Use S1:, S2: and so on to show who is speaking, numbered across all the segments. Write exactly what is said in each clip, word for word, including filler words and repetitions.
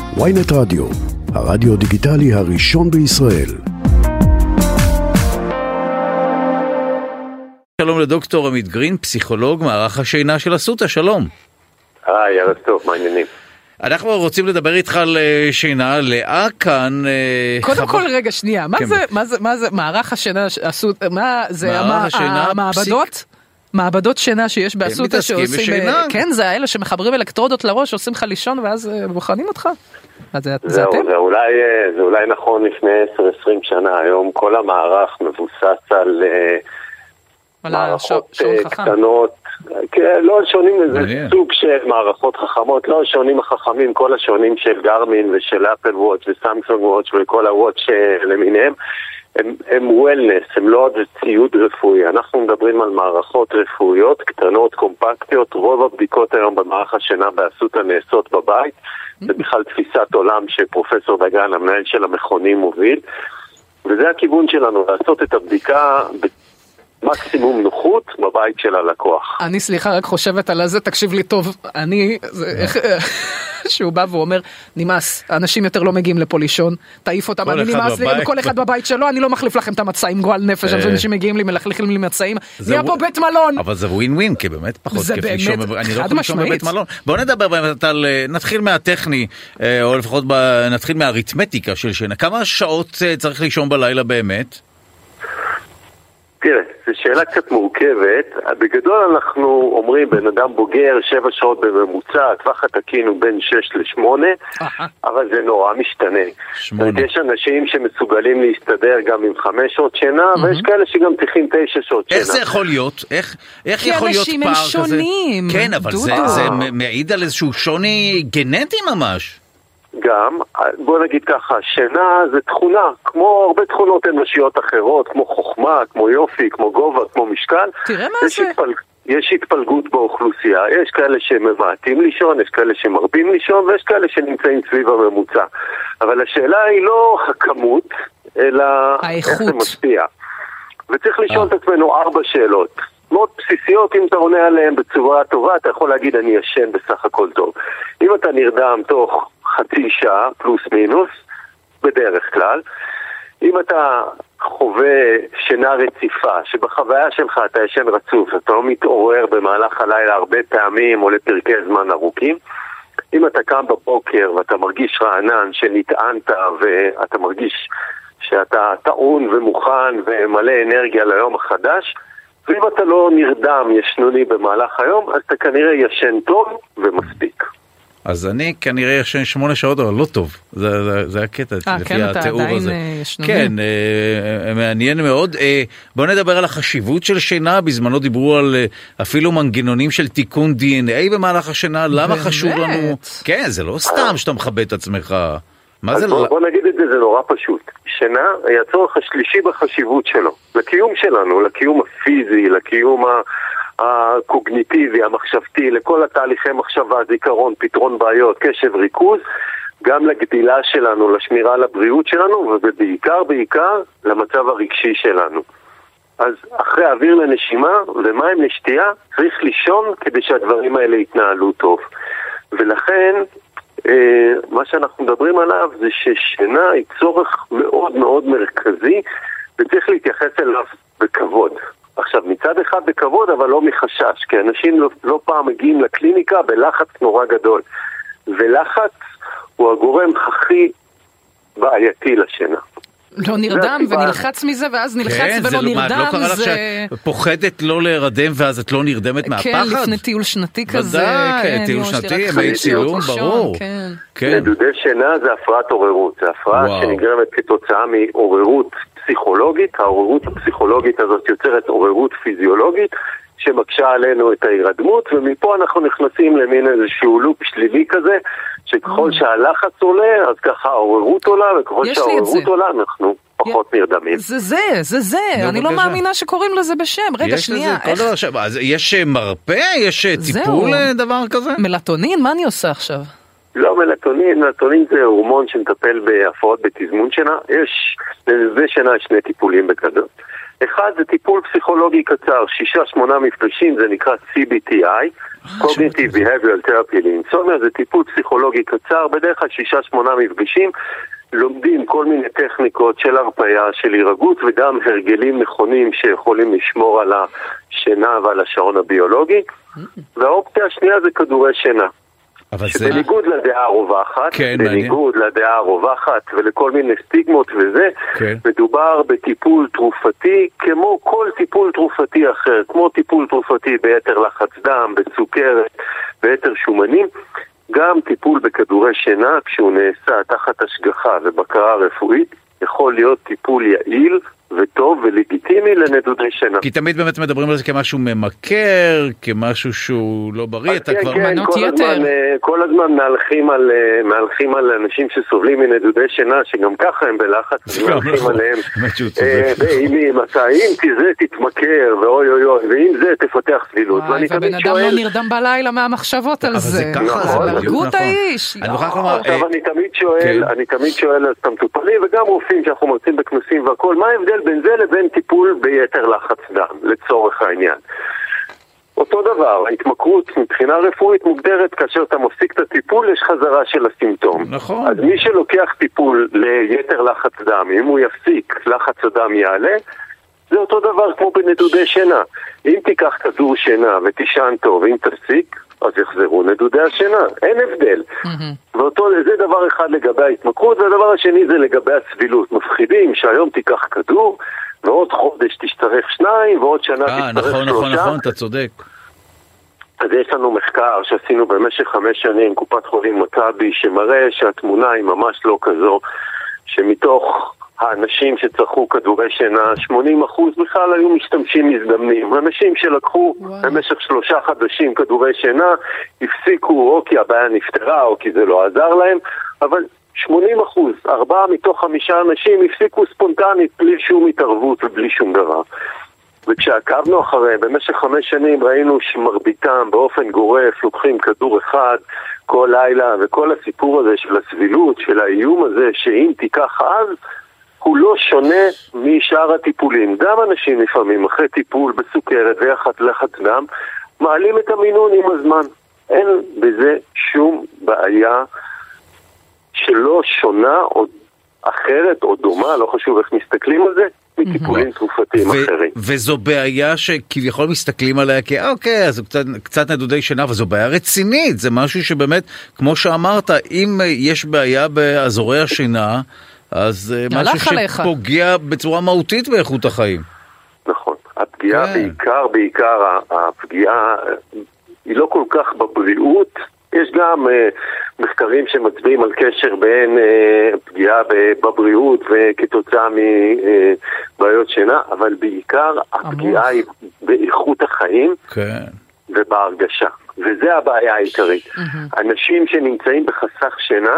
S1: וויינט רדיו, הרדיו דיגיטלי הראשון בישראל.
S2: שלום לדוקטור עמית גרין, פסיכולוג מערך השינה של אסותא, שלום.
S3: היי, ערב טוב, מה העניינים?
S2: אנחנו רוצים לדבר איתך על שינה, לאה כאן...
S4: קודם כל רגע, שנייה, מה זה, מה זה, מה זה, מערך השינה, אסותא, מה זה, המעבדות? מעבדות שינה שיש באסותא שעושים... כן, זה האלה שמחברים אלקטרודות לראש, עושים לך לישון ואז בוחנים אותך? זה אתם?
S3: זה אולי נכון לפני עשר עשרים שנה, היום כל המערך מבוסס על מערכות קטנות, לא שונים, זה סוג של מערכות חכמות, לא שונים החכמים, כל השונים של גרמין ושל אפל וואץ' וסמסונג וואץ' וכל הוואץ' למיניהם, הם, הם וולנס, הם לא עוד ציוד רפואי. אנחנו מדברים על מערכות רפואיות, קטנות, קומפקטיות. רוב הבדיקות היום במערך השינה באסותא נעשות בבית. זה בכלל תפיסת עולם שפרופסור דגן, המנהל של המכונים, מוביל. וזה הכיוון שלנו, לעשות את הבדיקה במקסימום נוחות בבית של הלקוח.
S4: אני סליחה, רק חושבת על זה, תקשיב לי טוב. אני... שהוא בא ואומר, נמאס, האנשים יותר לא מגיעים לפה לישון, תעיף אותם, אני נמאס לי, כל אחד בבית שלו, אני לא מחליף לכם את המצע עם גועל נפש, אנשים מגיעים לי, מלכליכים לי מצעים, נהיה פה בית מלון.
S2: אבל זה ווין ווין, כי באמת פחות כיף לישון, אני לא יכול לישון בבית מלון. בואו נדבר באמת על, נתחיל מהטכני, או לפחות נתחיל מהאריתמטיקה של שינה. כמה שעות צריך לישון בלילה באמת?
S3: תראה, זו שאלה קצת מורכבת. בגדול אנחנו אומרים בן אדם בוגר שבע שעות בממוצע, הטווח התקין הוא בין שש לשמונה, אבל זה נורא משתנה. יש אנשים שמסוגלים להסתדר גם עם חמש שעות שינה, ויש כאלה שגם צריכים תשע שעות שינה.
S2: איך זה יכול להיות? איך יכול להיות פער כזה?
S4: כי אנשים הם שונים.
S2: כן, אבל זה מעיד על איזשהו שוני גנטי ממש.
S3: גם, בוא נגיד ככה, שינה זה תכונה, כמו הרבה תכונות אנושיות אחרות, כמו חוכמה, כמו יופי, כמו גובה, כמו משקל.
S4: תראה מה זה.
S3: התפל... יש התפלגות באוכלוסייה, יש כאלה שממעטים לישון, יש כאלה שמרבים לישון, ויש כאלה שנמצאים סביב הממוצע. אבל השאלה היא לא הכמות, אלא
S4: האיכות.
S3: איך זה משפיע. וצריך לשאול את עצמנו ארבע שאלות. מאוד בסיסיות, אם אתה עונה עליהן בצורה טובה, אתה יכול להגיד אני ישן בסך הכל טוב. אם אתה נרדם תוך חצי שעה, פלוס מינוס, בדרך כלל, אם אתה חווה שינה רציפה, שבחוויה שלך אתה ישן רצוף, אתה לא מתעורר במהלך הלילה הרבה פעמים או לפרקי זמן ארוכים, אם אתה קם בבוקר ואתה מרגיש רענן שנטענת ואתה מרגיש שאתה טעון ומוכן ומלא אנרגיה ליום החדש, ואם אתה לא נרדם ישנוני במהלך היום, אז אתה כנראה ישן טוב ומספיק.
S2: אז אני כנראה ישן שמונה שעות, אבל לא טוב. זה, זה, זה הקטע,
S4: 아,
S2: לפי
S4: כן,
S2: התיאור הזה.
S4: ישנוני.
S2: כן, אה, מעניין מאוד. אה, בואו נדבר על החשיבות של שינה. בזמנו דיברו על אה, אפילו מנגנונים של תיקון די אן איי במהלך השינה. למה באמת? חשוב לנו? כן, זה לא סתם שאתה מכבד את עצמך. מה זה?
S3: בוא, בוא נגיד את זה, זה נורא פשוט. שינה היא הצורך השלישי בחשיבות שלו. לקיום שלנו, לקיום הפיזי, לקיום ה... הקוגניטיבי, המחשבתי, לכל התהליכי מחשבה, זיכרון, פתרון בעיות, קשב, ריכוז, גם לגדילה שלנו, לשמירה על הבריאות שלנו, ובעיקר, בעיקר, למצב הרגשי שלנו. אז אחרי אוויר לנשימה ומים לשתייה, צריך לישון כדי שהדברים האלה יתנהלו טוב. ולכן, אה, מה שאנחנו מדברים עליו זה ששינה היא צורך מאוד מאוד מרכזי, וצריך להתייחס אליו בכבוד. עכשיו, מצד אחד בכבוד, אבל לא מחשש, כי אנשים לא, לא פעם מגיעים לקליניקה בלחץ נורא גדול. ולחץ הוא הגורם הכי בעייתי לשינה.
S4: לא נרדם ונלחץ מזה, ואז נלחץ
S2: כן,
S4: ולא
S2: זה
S4: נרדם.
S2: לא קרה לך זה... שאת פוחדת לא להירדם, ואז את לא נרדמת מהפחד?
S4: כן, לפני טיול שנתי כזה.
S2: ודאי, כן, טיול שנתי, מי צילום, ברור.
S4: כן.
S2: כן.
S3: נדודי שינה זה הפרעת עוררות. זה הפרעה וואו. שנגרמת כתוצאה מעוררות פסיכולוגית. העוררות הפסיכולוגית הזאת יוצרת עוררות פיזיולוגית, שמקשה עלינו את ההירדמות, ומפה אנחנו נכנסים למין איזשהו לופ שלילי כזה, שככל שהלחץ עולה, אז ככה העוררות עולה, וככל שהעוררות עולה, אנחנו פחות נרדמים.
S4: זה זה, זה זה, אני לא מאמינה שקוראים לזה בשם. רגע, שנייה.
S2: אז יש מרפא? יש טיפול דבר כזה?
S4: מלטונין? מה אני עושה עכשיו?
S3: לא מלטונין, מלטונין זה הורמון שמטפל בהפרעות בתזמון שינה. יש, לזה שינה יש שני טיפולים בגדול. אחד זה טיפול פסיכולוגי קצר, שישה שמונה מפגשים, זה נקרא סי בי טי איי, Cognitive Behavioral Therapy לאינסומניה, זה טיפול פסיכולוגי קצר, בדרך כלל שישה שמונה מפגשים, לומדים כל מיני טכניקות של הרפאיה, של הירגעות, וגם הרגלים נכונים שיכולים לשמור על השינה ועל השעון הביולוגי, והאופציה השנייה זה כדורי שינה. שבניגוד זה... לדעה הרווחת, כן, בניגוד מעניין. לדעה הרווחת ולכל מיני סטיגמות וזה, כן. מדובר בטיפול תרופתי כמו כל טיפול תרופתי אחר, כמו טיפול תרופתי ביתר לחץ דם, בסוכרת, ביתר שומנים, גם טיפול בכדורי שינה כשהוא נעשה תחת השגחה ובקרה רפואית, יכול להיות טיפול יעיל וטוב ולגיטימי לנדודי שינה.
S2: כי תמיד באמת מדברים על זה כמשהו ממכר, כמשהו שהוא לא בריא, אתה
S3: כן,
S2: כבר
S3: כן,
S2: מנות
S3: כל
S2: יתר.
S3: הזמן, כל הזמן מהלכים על, מהלכים על אנשים שסובלים מנדודי שינה, שגם ככה הם בלחץ, מהלכים עליהם. ואם אתה, אם תזה תתמכר, ואוי אוי אוי, ואם זה תפתח סבילות.
S4: ובן אדם לא נרדם בלילה מהמחשבות על זה.
S2: אבל זה ככה,
S4: זה מרגות האיש.
S3: עכשיו אני תמיד שואל, אני תמיד שואל את המטופלים, וגם רופאים שאנחנו מוצאים בכנסים והכל, מה ההבדל בין זה לבין טיפול ביתר לחץ דם, לצורך העניין. אותו דבר, ההתמכרות מבחינה רפואית מוגדרת כאשר אתה מפסיק את הטיפול, יש חזרה של הסימפטום.
S2: נכון.
S3: אז מי שלוקח טיפול ליתר לחץ דם, אם הוא יפסיק, לחץ הדם יעלה, זה אותו דבר כמו בנדודי שינה. אם תיקח כדור שינה ותישן טוב, אם תפסיק, אז יחזרו נדודי השינה. אין הבדל. Mm-hmm. ואותו, זה דבר אחד לגבי ההתמכרות, והדבר השני זה לגבי הסבילות. מפחידים שהיום תיקח כדור, ועוד חודש תשתרך שניים, ועוד שנה
S2: 아,
S3: תשתרך
S2: נכון,
S3: שלושה.
S2: נכון, נכון, אתה צודק.
S3: אז יש לנו מחקר שעשינו במשך חמש שנים, קופת חולים מכבי, שמראה שהתמונה היא ממש לא כזו, שמתוך האנשים שצרכו כדורי שינה, שמונים אחוז בכלל היו משתמשים מזדמנים. אנשים שלקחו וואו. במשך שלושה חודשים כדורי שינה, הפסיקו או כי הבעיה נפטרה או כי זה לא עזר להם, אבל שמונים אחוז, ארבעה מתוך חמישה אנשים הפסיקו ספונטנית, בלי שום התערבות ובלי שום דבר. וכשעקבנו אחרי, במשך חמש שנים ראינו שמרביתם באופן גורף לוקחים כדור אחד כל לילה, וכל הסיפור הזה של הסבילות, של האיום הזה, שאם תיקח אז, הוא לא שונה משאר הטיפולים. גם אנשים לפעמים אחרי טיפול בסוכרת ויחד לחץ דם, מעלים את המינון עם הזמן. אין בזה שום בעיה שלא שונה או אחרת או דומה, לא חשוב איך מסתכלים על זה, מטיפולים תרופתיים אחרים.
S2: וזו בעיה שכביכול מסתכלים עליה כי אוקיי, אז קצת נדודי שינה, אבל זו בעיה רצינית, זה משהו שבאמת, כמו שאמרת, אם יש בעיה באזורי השינה, אז משהו שפוגע בצורה מהותית באיכות החיים.
S3: נכון, הפגיעה בעיקר, בעיקר הפגיעה היא לא כל כך בבריאות, יש גם uh, מחקרים שמצביעים על קשר בין uh, פגיעה בבריאות וכתוצאה מבעיות uh, שינה, אבל בעיקר הפגיעה היא באיכות החיים כן. ובהרגשה, וזה הבעיה העיקרית. Mm-hmm. אנשים שנמצאים בחסך שינה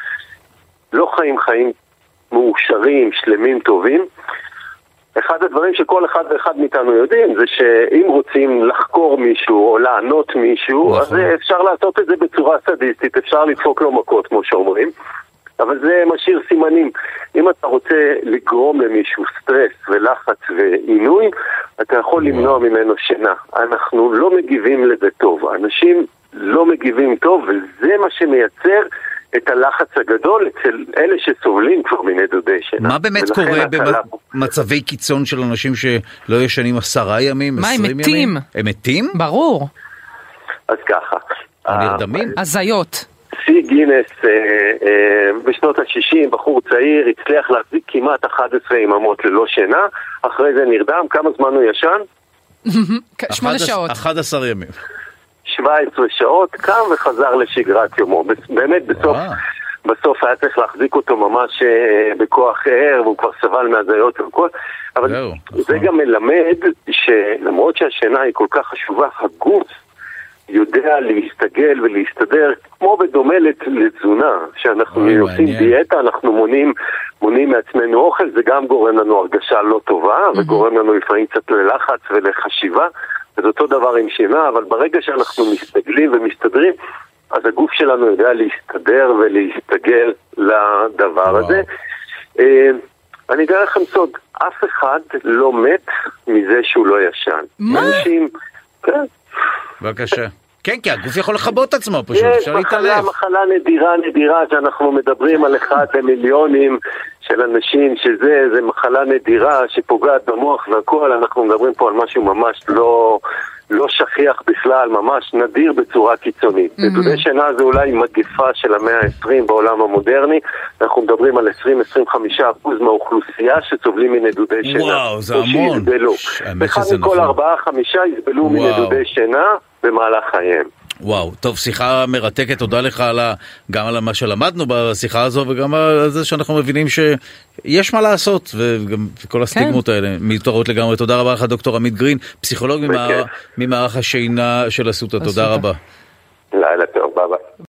S3: לא חיים חיים מאושרים, שלמים, טובים. אחד הדברים שכל אחד ואחד מאיתנו יודעים זה שאם רוצים לחקור מישהו או לענות מישהו, אז אפשר לעשות את זה בצורה סדיסטית, אפשר לדפוק לו מכות כמו שאומרים, אבל זה משאיר סימנים. אם אתה רוצה לגרום למישהו סטרס ולחץ ועינוי, אתה יכול למנוע ממנו שינה. אנחנו לא מגיבים לזה טוב, אנשים לא מגיבים טוב, וזה מה שמייצר את הלחץ הגדול אצל אלה שסובלים כבר מנדודי שינה.
S2: מה באמת קורה במצבי קיצון של אנשים שלא ישנים עשרה ימים, עשרים ימים?
S4: מה, הם מתים?
S2: הם מתים?
S4: ברור.
S3: אז ככה.
S2: הנרדמים?
S4: הזיות.
S3: סי גינס בשנות ה-שישים, בחור צעיר, הצליח להחזיק כמעט אחת עשרה יממות ללא שינה, אחרי זה נרדם, כמה זמן הוא ישן?
S4: שמונה שעות.
S2: אחד עשר ימים.
S3: שבע עשרה שעות, קם וחזר לשגרת יומו. באמת בסוף, בסוף היה צריך להחזיק אותו ממש בכוח ער, והוא כבר סבל מהזיות וכל, אבל זה גם מלמד שלמרות שהשינה היא כל כך חשובה, הגוף יודע להסתגל ולהסתדר, כמו בדומה לתזונה, שאנחנו עושים דיאטה, אנחנו מונים, מונים מעצמנו אוכל, זה גם גורם לנו הרגשה לא טובה, וגורם לנו לפעמים קצת ללחץ ולחשיבה, זה אותו דבר עם שינה, אבל ברגע שאנחנו מסתגלים ומסתדרים, אז הגוף שלנו יודע להסתדר ולהסתגל לדבר הזה. אני אגלה לכם סוד, אף אחד לא מת מזה שהוא לא ישן.
S4: מה?
S3: אנשים, כן.
S2: בבקשה. כן, כי הגוף יכול לחבות את עצמו פשוט,
S3: יש
S2: אפשר
S3: מחלה,
S2: להתעלף.
S3: מחלה נדירה, נדירה, שאנחנו מדברים על אחד למיליונים של אנשים, שזה, זה מחלה נדירה שפוגעת במוח והכל, אנחנו מדברים פה על משהו ממש לא, לא שכיח בכלל, ממש נדיר בצורה קיצונית. Mm-hmm. נדודי שינה זה אולי מגפה של המאה ה-עשרים בעולם המודרני, אנחנו מדברים על עשרים עד עשרים וחמישה אחוז מהאוכלוסייה שסובלים מנדודי שינה.
S2: וואו, זה המון.
S3: אחד מכל ארבעה, חמישה יסבלו מנדודי שינה במהלך חייהם.
S2: וואו, טוב, שיחה מרתקת, תודה לך על ה, גם על מה שלמדנו בשיחה הזו וגם על זה שאנחנו מבינים שיש מה לעשות וגם כל הסטיגמות האלה מיותרות לגמרי. תודה רבה לך דוקטור עמית גרין, פסיכולוג ממערך השינה של אסותא, תודה רבה.
S3: לילה טוב, ביי ביי.